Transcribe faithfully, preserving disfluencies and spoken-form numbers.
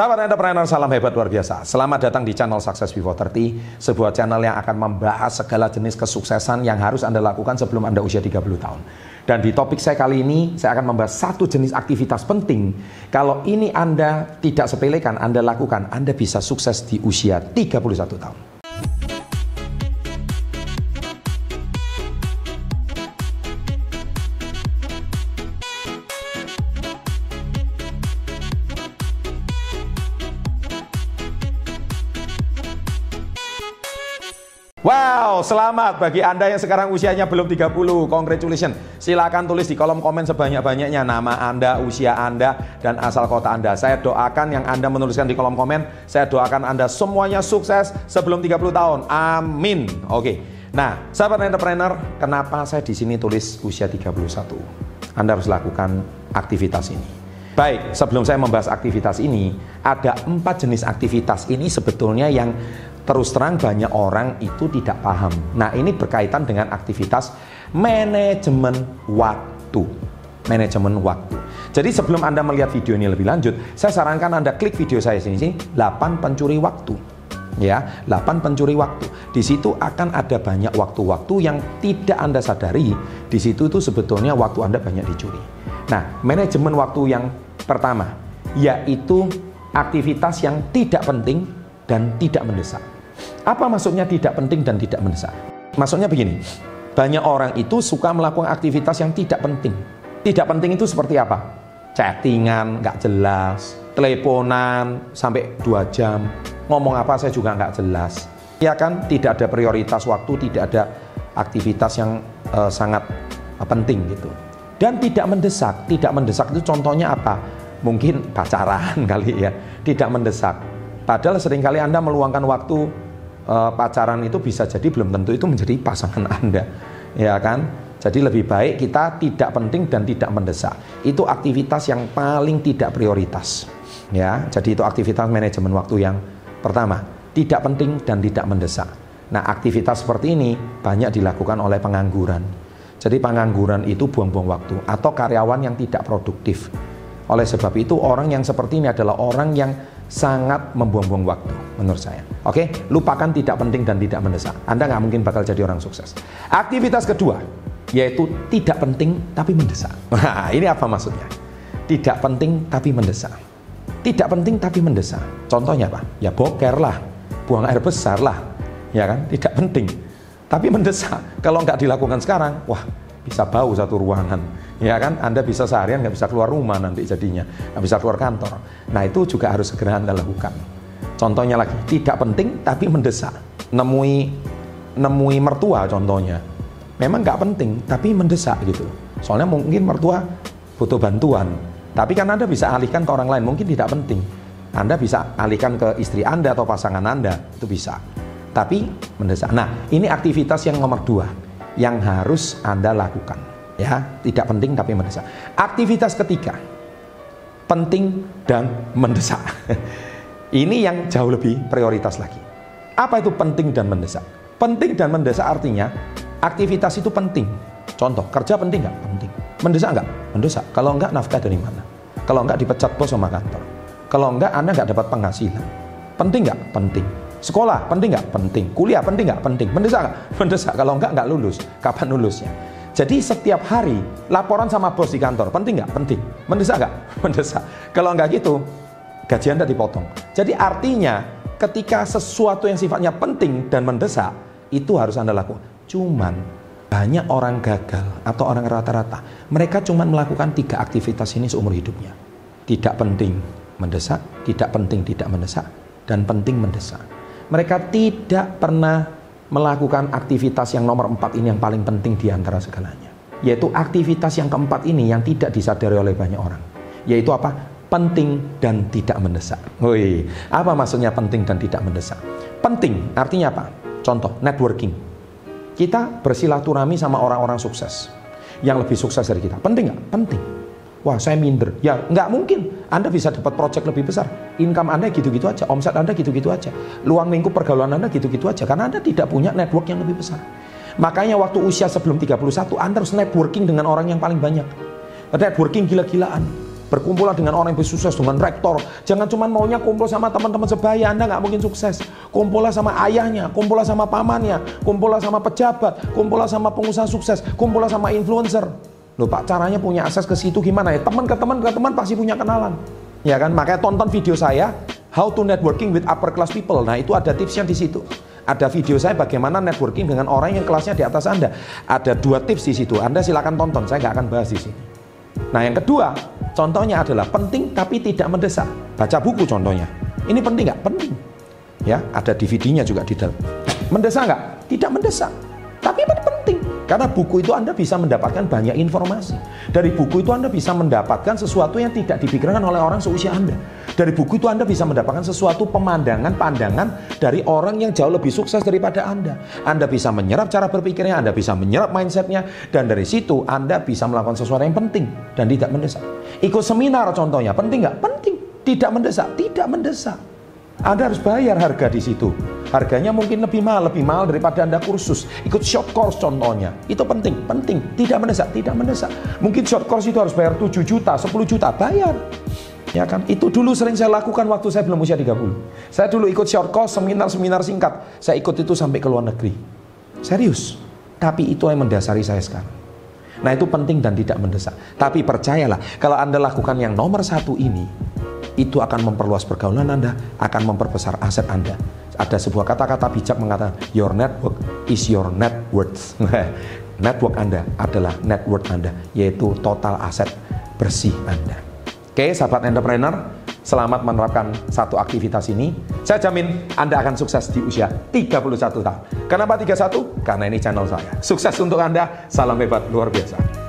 Sahabat entrepreneur, salam hebat luar biasa. Selamat datang di channel Success Before tiga puluh, sebuah channel yang akan membahas segala jenis kesuksesan yang harus Anda lakukan sebelum Anda usia tiga puluh tahun. Dan di topik saya kali ini, saya akan membahas satu jenis aktivitas penting. Kalau ini Anda tidak sepelekan, Anda lakukan, Anda bisa sukses di usia tiga puluh satu tahun. Wow, selamat bagi Anda yang sekarang usianya belum tiga puluh. Congratulations. Silakan tulis di kolom komen sebanyak-banyaknya nama Anda, usia Anda, dan asal kota Anda. Saya doakan yang Anda menuliskan di kolom komen, saya doakan Anda semuanya sukses sebelum tiga puluh tahun. Amin. Oke. Nah, sahabat entrepreneur, kenapa saya di sini tulis usia tiga puluh satu? Anda harus lakukan aktivitas ini. Baik, sebelum saya membahas aktivitas ini, ada empat jenis aktivitas ini sebetulnya yang terus terang banyak orang itu tidak paham. Nah, ini berkaitan dengan aktivitas manajemen waktu. Manajemen waktu. Jadi sebelum Anda melihat video ini lebih lanjut, saya sarankan Anda klik video saya sini, sini delapan pencuri waktu. Ya, delapan pencuri waktu. Di situ akan ada banyak waktu-waktu yang tidak Anda sadari. Di situ itu sebetulnya waktu Anda banyak dicuri. Nah, manajemen waktu yang pertama yaitu aktivitas yang tidak penting dan tidak mendesak. Apa maksudnya tidak penting dan tidak mendesak? Maksudnya begini, banyak orang itu suka melakukan aktivitas yang tidak penting. Tidak penting itu seperti apa? Chattingan, nggak jelas, teleponan sampai dua jam, ngomong apa saya juga nggak jelas. Ya kan, tidak ada prioritas waktu, tidak ada aktivitas yang uh, sangat uh, penting gitu. Dan tidak mendesak, tidak mendesak itu contohnya apa? Mungkin pacaran kali ya, tidak mendesak. Padahal seringkali Anda meluangkan waktu e, pacaran itu bisa jadi belum tentu itu menjadi pasangan Anda, ya kan? Jadi lebih baik kita tidak penting dan tidak mendesak. Itu aktivitas yang paling tidak prioritas, ya. Jadi itu aktivitas manajemen waktu yang pertama, tidak penting dan tidak mendesak. Nah, aktivitas seperti ini banyak dilakukan oleh pengangguran. Jadi pengangguran itu buang-buang waktu atau karyawan yang tidak produktif. Oleh sebab itu orang yang seperti ini adalah orang yang sangat membuang-buang waktu menurut saya. Oke, lupakan tidak penting dan tidak mendesak. Anda nggak mungkin bakal jadi orang sukses. Aktivitas kedua yaitu tidak penting tapi mendesak. Nah, ini apa maksudnya? Tidak penting tapi mendesak. Tidak penting tapi mendesak. Contohnya apa? Ya boker lah, buang air besar lah, ya kan? Tidak penting tapi mendesak. Kalau nggak dilakukan sekarang, wah bisa bau satu ruangan, ya kan? Anda bisa seharian nggak bisa keluar rumah nanti jadinya, nggak bisa keluar kantor. Nah, itu juga harus segera Anda lakukan. Contohnya lagi, tidak penting tapi mendesak. Nemui nemui mertua contohnya, memang nggak penting tapi mendesak gitu. Soalnya mungkin mertua butuh bantuan, tapi kan Anda bisa alihkan ke orang lain, mungkin tidak penting. Anda bisa alihkan ke istri Anda atau pasangan Anda, itu bisa. Tapi mendesak. Nah, ini aktivitas yang nomor dua yang harus Anda lakukan, ya, tidak penting tapi mendesak. Aktivitas ketiga, penting dan mendesak. Ini yang jauh lebih prioritas lagi. Apa itu penting dan mendesak? Penting dan mendesak artinya aktivitas itu penting. Contoh, kerja penting nggak? Penting. Mendesak nggak? Mendesak. Kalau nggak, nafkah dari mana? Kalau nggak, dipecat bos sama kantor. Kalau nggak, Anda nggak dapat penghasilan. Penting nggak? Penting. Sekolah penting nggak? Penting. Kuliah penting nggak? Penting. Mendesak nggak? Mendesak. Kalau nggak, nggak lulus. Kapan lulusnya? Jadi setiap hari laporan sama bos di kantor penting nggak? Penting. Mendesak nggak? Mendesak. Kalau nggak gitu, gaji Anda dipotong. Jadi artinya ketika sesuatu yang sifatnya penting dan mendesak itu harus Anda lakukan. Cuman banyak orang gagal atau orang rata-rata, mereka cuman melakukan tiga aktivitas ini seumur hidupnya. Tidak penting mendesak, tidak penting tidak mendesak, dan penting mendesak. Mereka tidak pernah melakukan aktivitas yang nomor empat ini yang paling penting di antara segalanya. Yaitu aktivitas yang keempat ini yang tidak disadari oleh banyak orang. Yaitu apa? Penting dan tidak mendesak. Woi, apa maksudnya penting dan tidak mendesak? Penting artinya apa? Contoh, networking. Kita bersilaturahmi sama orang-orang sukses yang lebih sukses dari kita. Penting nggak? Penting. Wah, saya minder. Ya, nggak mungkin. Anda bisa dapat proyek lebih besar. Income Anda gitu-gitu aja. Omset Anda gitu-gitu aja. Luang lingkup pergaulan Anda gitu-gitu aja. Karena Anda tidak punya network yang lebih besar. Makanya waktu usia sebelum tiga puluh satu, Anda harus networking dengan orang yang paling banyak. Networking gila-gilaan. Berkumpullah dengan orang yang bersukses, dengan rektor. Jangan cuma maunya kumpul sama teman-teman sebaya, Anda nggak mungkin sukses. Kumpullah sama ayahnya, kumpullah sama pamannya, kumpullah sama pejabat, kumpullah sama pengusaha sukses, kumpullah sama influencer. Loh Pak, caranya punya akses ke situ gimana ya? Teman ke teman ke teman pasti punya kenalan. Ya kan? Makanya tonton video saya How to Networking with Upper Class People. Nah, itu ada tipsnya di situ. Ada video saya bagaimana networking dengan orang yang kelasnya di atas Anda. Ada dua tips di situ. Anda silakan tonton, saya nggak akan bahas di sini. Nah, yang kedua, contohnya adalah penting tapi tidak mendesak. Baca buku contohnya. Ini penting nggak? Penting. Ya, ada D V D-nya juga di dalam. Mendesak nggak? Tidak mendesak. Tapi penting. Karena buku itu Anda bisa mendapatkan banyak informasi. Dari buku itu Anda bisa mendapatkan sesuatu yang tidak dipikirkan oleh orang seusia Anda. Dari buku itu Anda bisa mendapatkan sesuatu pemandangan, pandangan dari orang yang jauh lebih sukses daripada Anda. Anda bisa menyerap cara berpikirnya, Anda bisa menyerap mindsetnya, dan dari situ Anda bisa melakukan sesuatu yang penting dan tidak mendesak. Ikut seminar contohnya, penting nggak? Penting. Tidak mendesak? Tidak mendesak. Anda harus bayar harga di situ. Harganya mungkin lebih mahal, lebih mahal daripada Anda kursus. Ikut short course contohnya. Itu penting, penting. Tidak mendesak, tidak mendesak. Mungkin short course itu harus bayar tujuh juta, sepuluh juta, bayar. Ya kan? Itu dulu sering saya lakukan waktu saya belum usia tiga puluh. Saya dulu ikut short course, seminar-seminar singkat. Saya ikut itu sampai ke luar negeri. Serius. Tapi itu yang mendasari saya sekarang. Nah, itu penting dan tidak mendesak. Tapi percayalah, kalau Anda lakukan yang nomor satu ini, itu akan memperluas pergaulan Anda, akan memperbesar aset Anda. Ada sebuah kata-kata bijak mengatakan, your network is your net worth. Network Anda adalah net worth Anda, yaitu total aset bersih Anda. Oke, sahabat entrepreneur, selamat menerapkan satu aktivitas ini. Saya jamin Anda akan sukses di usia tiga puluh satu tahun. Kenapa tiga puluh satu? Karena ini channel saya. Sukses untuk Anda, salam hebat luar biasa.